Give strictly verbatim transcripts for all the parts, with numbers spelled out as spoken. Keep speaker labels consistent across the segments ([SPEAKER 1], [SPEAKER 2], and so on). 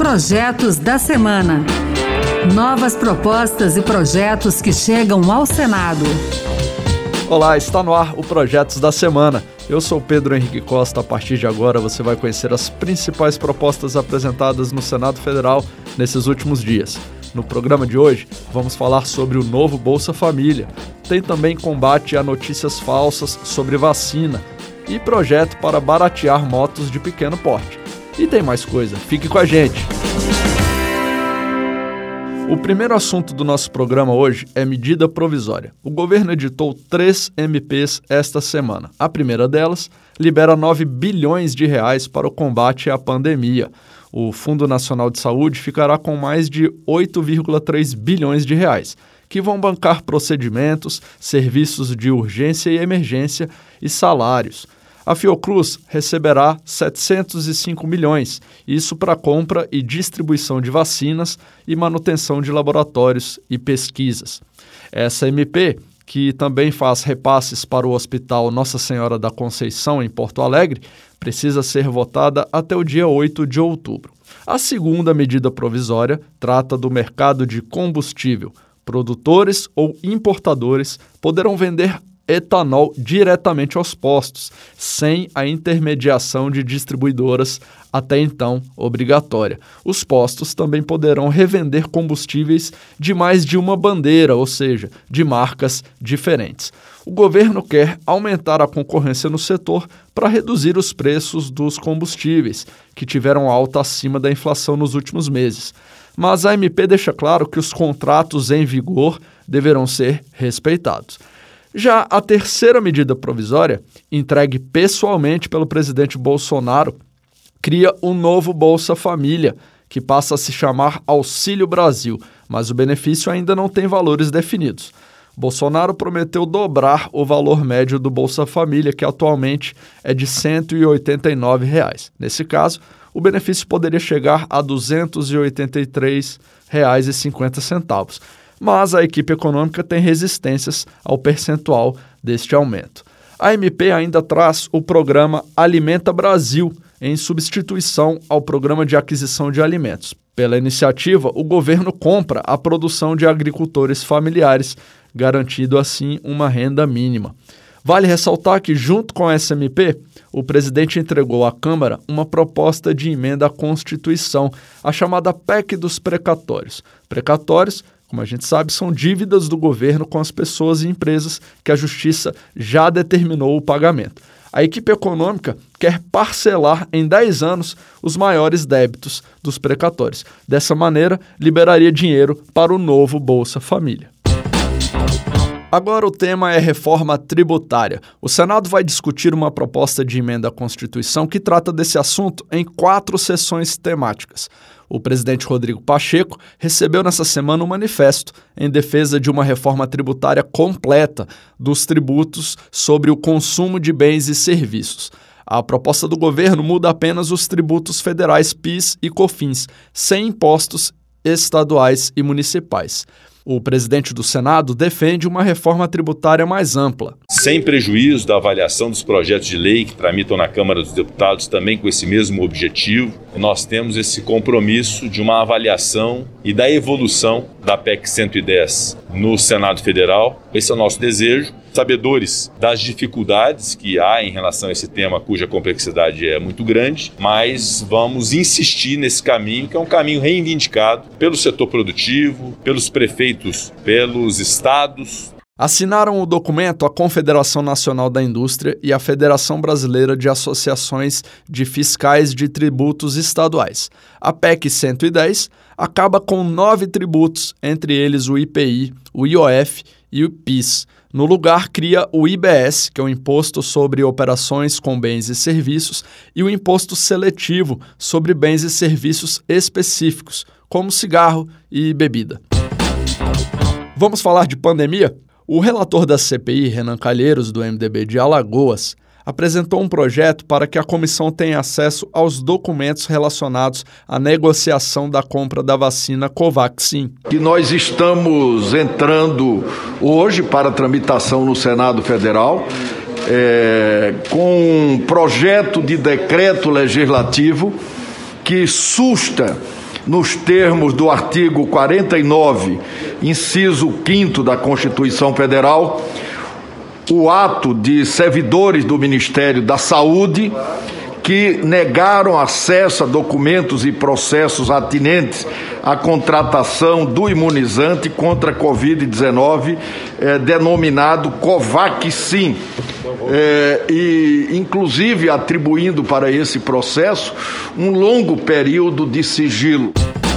[SPEAKER 1] Projetos da Semana. Novas propostas e projetos que chegam ao Senado.
[SPEAKER 2] Olá, está no ar o Projetos da Semana. Eu sou Pedro Henrique Costa. A partir de agora você vai conhecer as principais propostas apresentadas no Senado Federal nesses últimos dias. No programa de hoje, vamos falar sobre o novo Bolsa Família. Tem também combate a notícias falsas sobre vacina e projeto para baratear motos de pequeno porte. E tem mais coisa, fique com a gente! O primeiro assunto do nosso programa hoje é medida provisória. O governo editou três M Ps esta semana. A primeira delas libera nove bilhões de reais para o combate à pandemia. O Fundo Nacional de Saúde ficará com mais de oito vírgula três bilhões de reais, que vão bancar procedimentos, serviços de urgência e emergência e salários. A Fiocruz receberá setecentos e cinco milhões, isso para compra e distribuição de vacinas e manutenção de laboratórios e pesquisas. Essa M P, que também faz repasses para o Hospital Nossa Senhora da Conceição, em Porto Alegre, precisa ser votada até o dia oito de outubro. A segunda medida provisória trata do mercado de combustível. Produtores ou importadores poderão vender etanol diretamente aos postos, sem a intermediação de distribuidoras, até então obrigatória. Os postos também poderão revender combustíveis de mais de uma bandeira, ou seja, de marcas diferentes. O governo quer aumentar a concorrência no setor para reduzir os preços dos combustíveis, que tiveram alta acima da inflação nos últimos meses. Mas a M P deixa claro que os contratos em vigor deverão ser respeitados. Já a terceira medida provisória, entregue pessoalmente pelo presidente Bolsonaro, cria o novo Bolsa Família, que passa a se chamar Auxílio Brasil, mas o benefício ainda não tem valores definidos. Bolsonaro prometeu dobrar o valor médio do Bolsa Família, que atualmente é de cento e oitenta e nove reais. Nesse caso, o benefício poderia chegar a duzentos e oitenta e três reais e cinquenta centavos. Mas a equipe econômica tem resistências ao percentual deste aumento. A M P ainda traz o programa Alimenta Brasil, em substituição ao Programa de Aquisição de Alimentos. Pela iniciativa, o governo compra a produção de agricultores familiares, garantindo assim uma renda mínima. Vale ressaltar que, junto com essa M P, o presidente entregou à Câmara uma proposta de emenda à Constituição, a chamada P E C dos precatórios. Precatórios, como a gente sabe, são dívidas do governo com as pessoas e empresas que a Justiça já determinou o pagamento. A equipe econômica quer parcelar em dez anos os maiores débitos dos precatórios. Dessa maneira, liberaria dinheiro para o novo Bolsa Família. Agora o tema é reforma tributária. O Senado vai discutir uma proposta de emenda à Constituição que trata desse assunto em quatro sessões temáticas. O presidente Rodrigo Pacheco recebeu nessa semana um manifesto em defesa de uma reforma tributária completa dos tributos sobre o consumo de bens e serviços. A proposta do governo muda apenas os tributos federais PIS e COFINS, sem impostos estaduais e municipais. O presidente do Senado defende uma reforma tributária mais ampla.
[SPEAKER 3] Sem prejuízo da avaliação dos projetos de lei que tramitam na Câmara dos Deputados, também com esse mesmo objetivo, nós temos esse compromisso de uma avaliação e da evolução da P E C cento e dez no Senado Federal. Esse é o nosso desejo. Sabedores das dificuldades que há em relação a esse tema, cuja complexidade é muito grande, mas vamos insistir nesse caminho, que é um caminho reivindicado pelo setor produtivo, pelos prefeitos, pelos estados.
[SPEAKER 2] Assinaram o documento a Confederação Nacional da Indústria e a Federação Brasileira de Associações de Fiscais de Tributos Estaduais. A P E C cento e dez acaba com nove tributos, entre eles o I P I, o I O F e o PIS. No lugar, cria o I B S, que é o Imposto sobre Operações com Bens e Serviços, e o Imposto Seletivo sobre Bens e Serviços Específicos, como cigarro e bebida. Vamos falar de pandemia? O relator da C P I, Renan Calheiros, do M D B de Alagoas, apresentou um projeto para que a comissão tenha acesso aos documentos relacionados à negociação da compra da vacina Covaxin.
[SPEAKER 4] Que nós estamos entrando hoje para tramitação no Senado Federal, é, com um projeto de decreto legislativo que susta nos termos do artigo quarenta e nove, inciso quinto da Constituição Federal, o ato de servidores do Ministério da Saúde que negaram acesso a documentos e processos atinentes à contratação do imunizante contra a covid dezenove, é, denominado Covaxin, é, e inclusive atribuindo para esse processo um longo período de sigilo.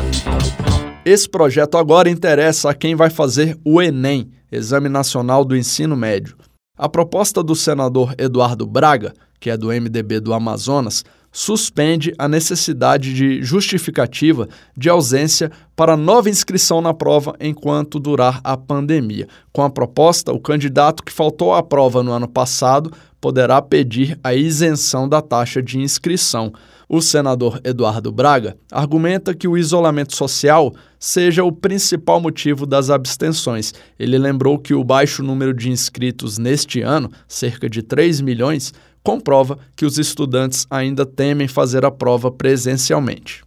[SPEAKER 2] Esse projeto agora interessa a quem vai fazer o Enem, Exame Nacional do Ensino Médio. A proposta do senador Eduardo Braga, que é do M D B do Amazonas, suspende a necessidade de justificativa de ausência para nova inscrição na prova enquanto durar a pandemia. Com a proposta, o candidato que faltou à prova no ano passado poderá pedir a isenção da taxa de inscrição. O senador Eduardo Braga argumenta que o isolamento social seja o principal motivo das abstenções. Ele lembrou que o baixo número de inscritos neste ano, cerca de três milhões, comprova que os estudantes ainda temem fazer a prova presencialmente.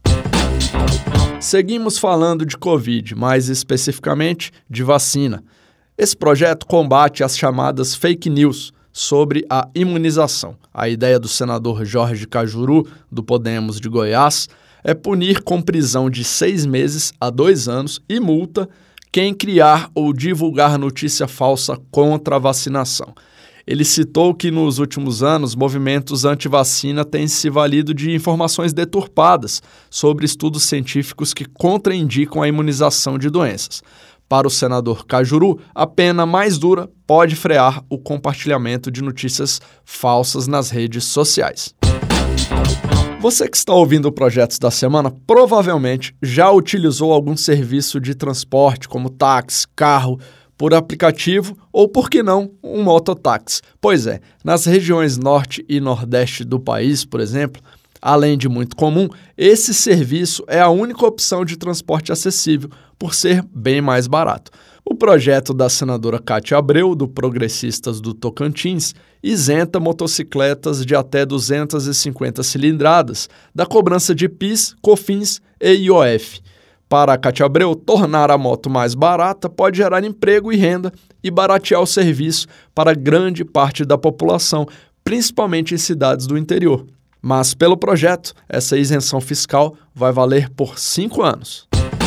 [SPEAKER 2] Seguimos falando de Covid, mais especificamente de vacina. Esse projeto combate as chamadas fake news sobre a imunização. A ideia do senador Jorge Cajuru, do Podemos de Goiás, é punir com prisão de seis meses a dois anos e multa quem criar ou divulgar notícia falsa contra a vacinação. Ele citou que nos últimos anos movimentos anti-vacina têm se valido de informações deturpadas sobre estudos científicos que contraindicam a imunização de doenças. Para o senador Cajuru, a pena mais dura pode frear o compartilhamento de notícias falsas nas redes sociais. Você que está ouvindo o Projetos da Semana provavelmente já utilizou algum serviço de transporte, como táxi, carro, por aplicativo ou, por que não, um mototáxi. Pois é, nas regiões norte e nordeste do país, por exemplo, além de muito comum, esse serviço é a única opção de transporte acessível, por ser bem mais barato. O projeto da senadora Cátia Abreu, do Progressistas do Tocantins, isenta motocicletas de até duzentas e cinquenta cilindradas da cobrança de P I S, COFINS e I O F. Para a Cátia Abreu, tornar a moto mais barata pode gerar emprego e renda e baratear o serviço para grande parte da população, principalmente em cidades do interior. Mas, pelo projeto, essa isenção fiscal vai valer por cinco anos.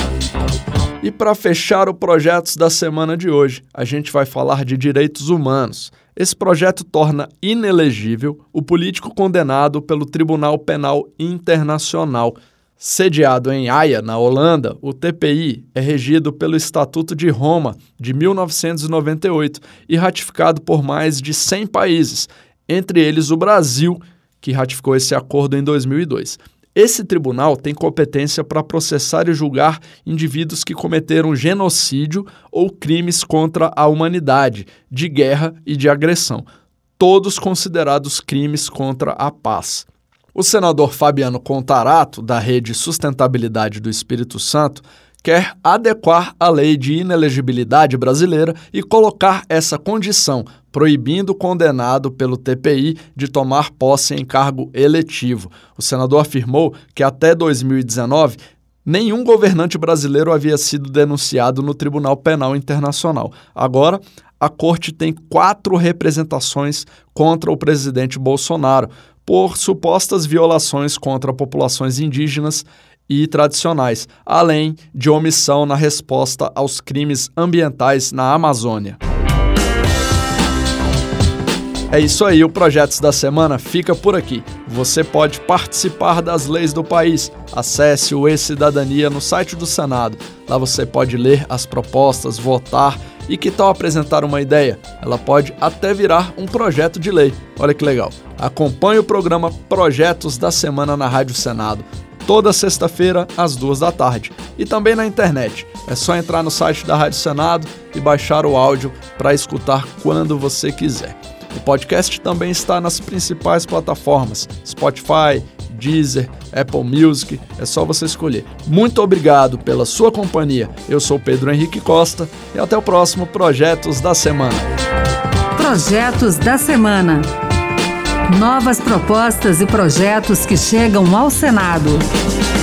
[SPEAKER 2] E para fechar o Projetos da Semana de hoje, a gente vai falar de direitos humanos. Esse projeto torna inelegível o político condenado pelo Tribunal Penal Internacional. Sediado em Haia, na Holanda, o T P I é regido pelo Estatuto de Roma, de mil novecentos e noventa e oito, e ratificado por mais de cem países, entre eles o Brasil, que ratificou esse acordo em dois mil e dois. Esse tribunal tem competência para processar e julgar indivíduos que cometeram genocídio ou crimes contra a humanidade, de guerra e de agressão, todos considerados crimes contra a paz. O senador Fabiano Contarato, da Rede Sustentabilidade do Espírito Santo, quer adequar a lei de inelegibilidade brasileira e colocar essa condição, proibindo o condenado pelo T P I de tomar posse em cargo eletivo. O senador afirmou que até dois mil e dezenove, nenhum governante brasileiro havia sido denunciado no Tribunal Penal Internacional. Agora, a corte tem quatro representações contra o presidente Bolsonaro por supostas violações contra populações indígenas e tradicionais, além de omissão na resposta aos crimes ambientais na Amazônia. É isso aí, o Projetos da Semana fica por aqui. Você pode participar das leis do país. Acesse o E-Cidadania no site do Senado. Lá você pode ler as propostas, votar e que tal apresentar uma ideia? Ela pode até virar um projeto de lei. Olha que legal. Acompanhe o programa Projetos da Semana na Rádio Senado, toda sexta-feira às duas da tarde. E também na internet. É só entrar no site da Rádio Senado e baixar o áudio para escutar quando você quiser. O podcast também está nas principais plataformas: Spotify, Deezer, Apple Music, é só você escolher. Muito obrigado pela sua companhia. Eu sou Pedro Henrique Costa e até o próximo Projetos da Semana.
[SPEAKER 1] Projetos da Semana. Novas propostas e projetos que chegam ao Senado.